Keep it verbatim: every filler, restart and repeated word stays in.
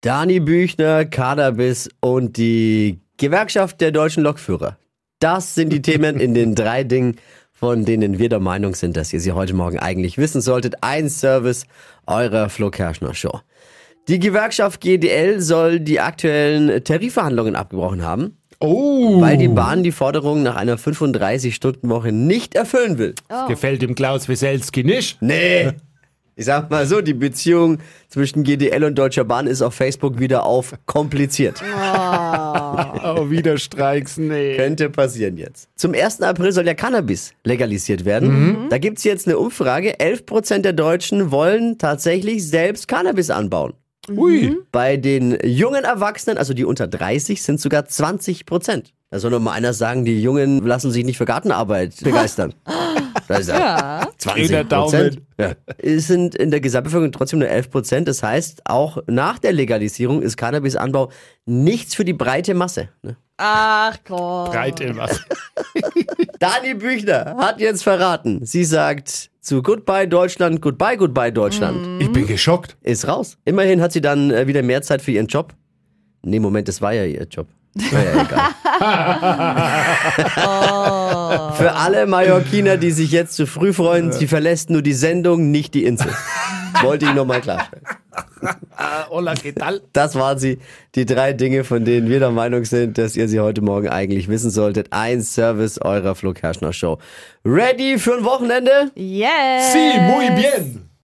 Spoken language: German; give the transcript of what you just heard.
Dani Büchner, Cannabis und die Gewerkschaft der deutschen Lokführer. Das sind die Themen in den drei Dingen, von denen wir der Meinung sind, dass ihr sie heute Morgen eigentlich wissen solltet. Ein Service eurer Flo Kerschner Show. Die Gewerkschaft G D L soll die aktuellen Tarifverhandlungen abgebrochen haben, Oh. weil die Bahn die Forderung nach einer fünfunddreißig-Stunden-Woche nicht erfüllen will. Das gefällt dem Klaus Wieselski nicht. Nee. Ich sag mal so, die Beziehung zwischen G D L und Deutscher Bahn ist auf Facebook wieder auf kompliziert. Oh, wieder Streiks, nee. Könnte passieren jetzt. Zum ersten April soll ja Cannabis legalisiert werden. Mhm. Da gibt's jetzt eine Umfrage. elf Prozent der Deutschen wollen tatsächlich selbst Cannabis anbauen. Ui. Bei den jungen Erwachsenen, also die unter dreißig, sind sogar zwanzig Prozent. Da soll noch mal einer sagen, die Jungen lassen sich nicht für Gartenarbeit begeistern. Das ist ja zwanzig Prozent. Ja. Es sind in der Gesamtbevölkerung trotzdem nur elf Prozent. Das heißt, auch nach der Legalisierung ist Cannabisanbau nichts für die breite Masse. Ne? Ach Gott. Breite was. Dani Büchner hat jetzt verraten. Sie sagt zu Goodbye Deutschland, Goodbye, Goodbye Deutschland. Ich bin geschockt. Ist raus. Immerhin hat sie dann äh, wieder mehr Zeit für ihren Job. Nee, Moment, das war ja ihr Job. War ja egal. oh. Für alle Mallorquiner, die sich jetzt zu früh freuen, sie verlässt nur die Sendung, nicht die Insel. Wollte ich nochmal klarstellen. Hola, ¿qué tal? Das waren sie, die drei Dinge, von denen wir der Meinung sind, dass ihr sie heute Morgen eigentlich wissen solltet. Ein Service eurer Flo Kerschner Show. Ready für ein Wochenende? Yes. Sí, muy bien.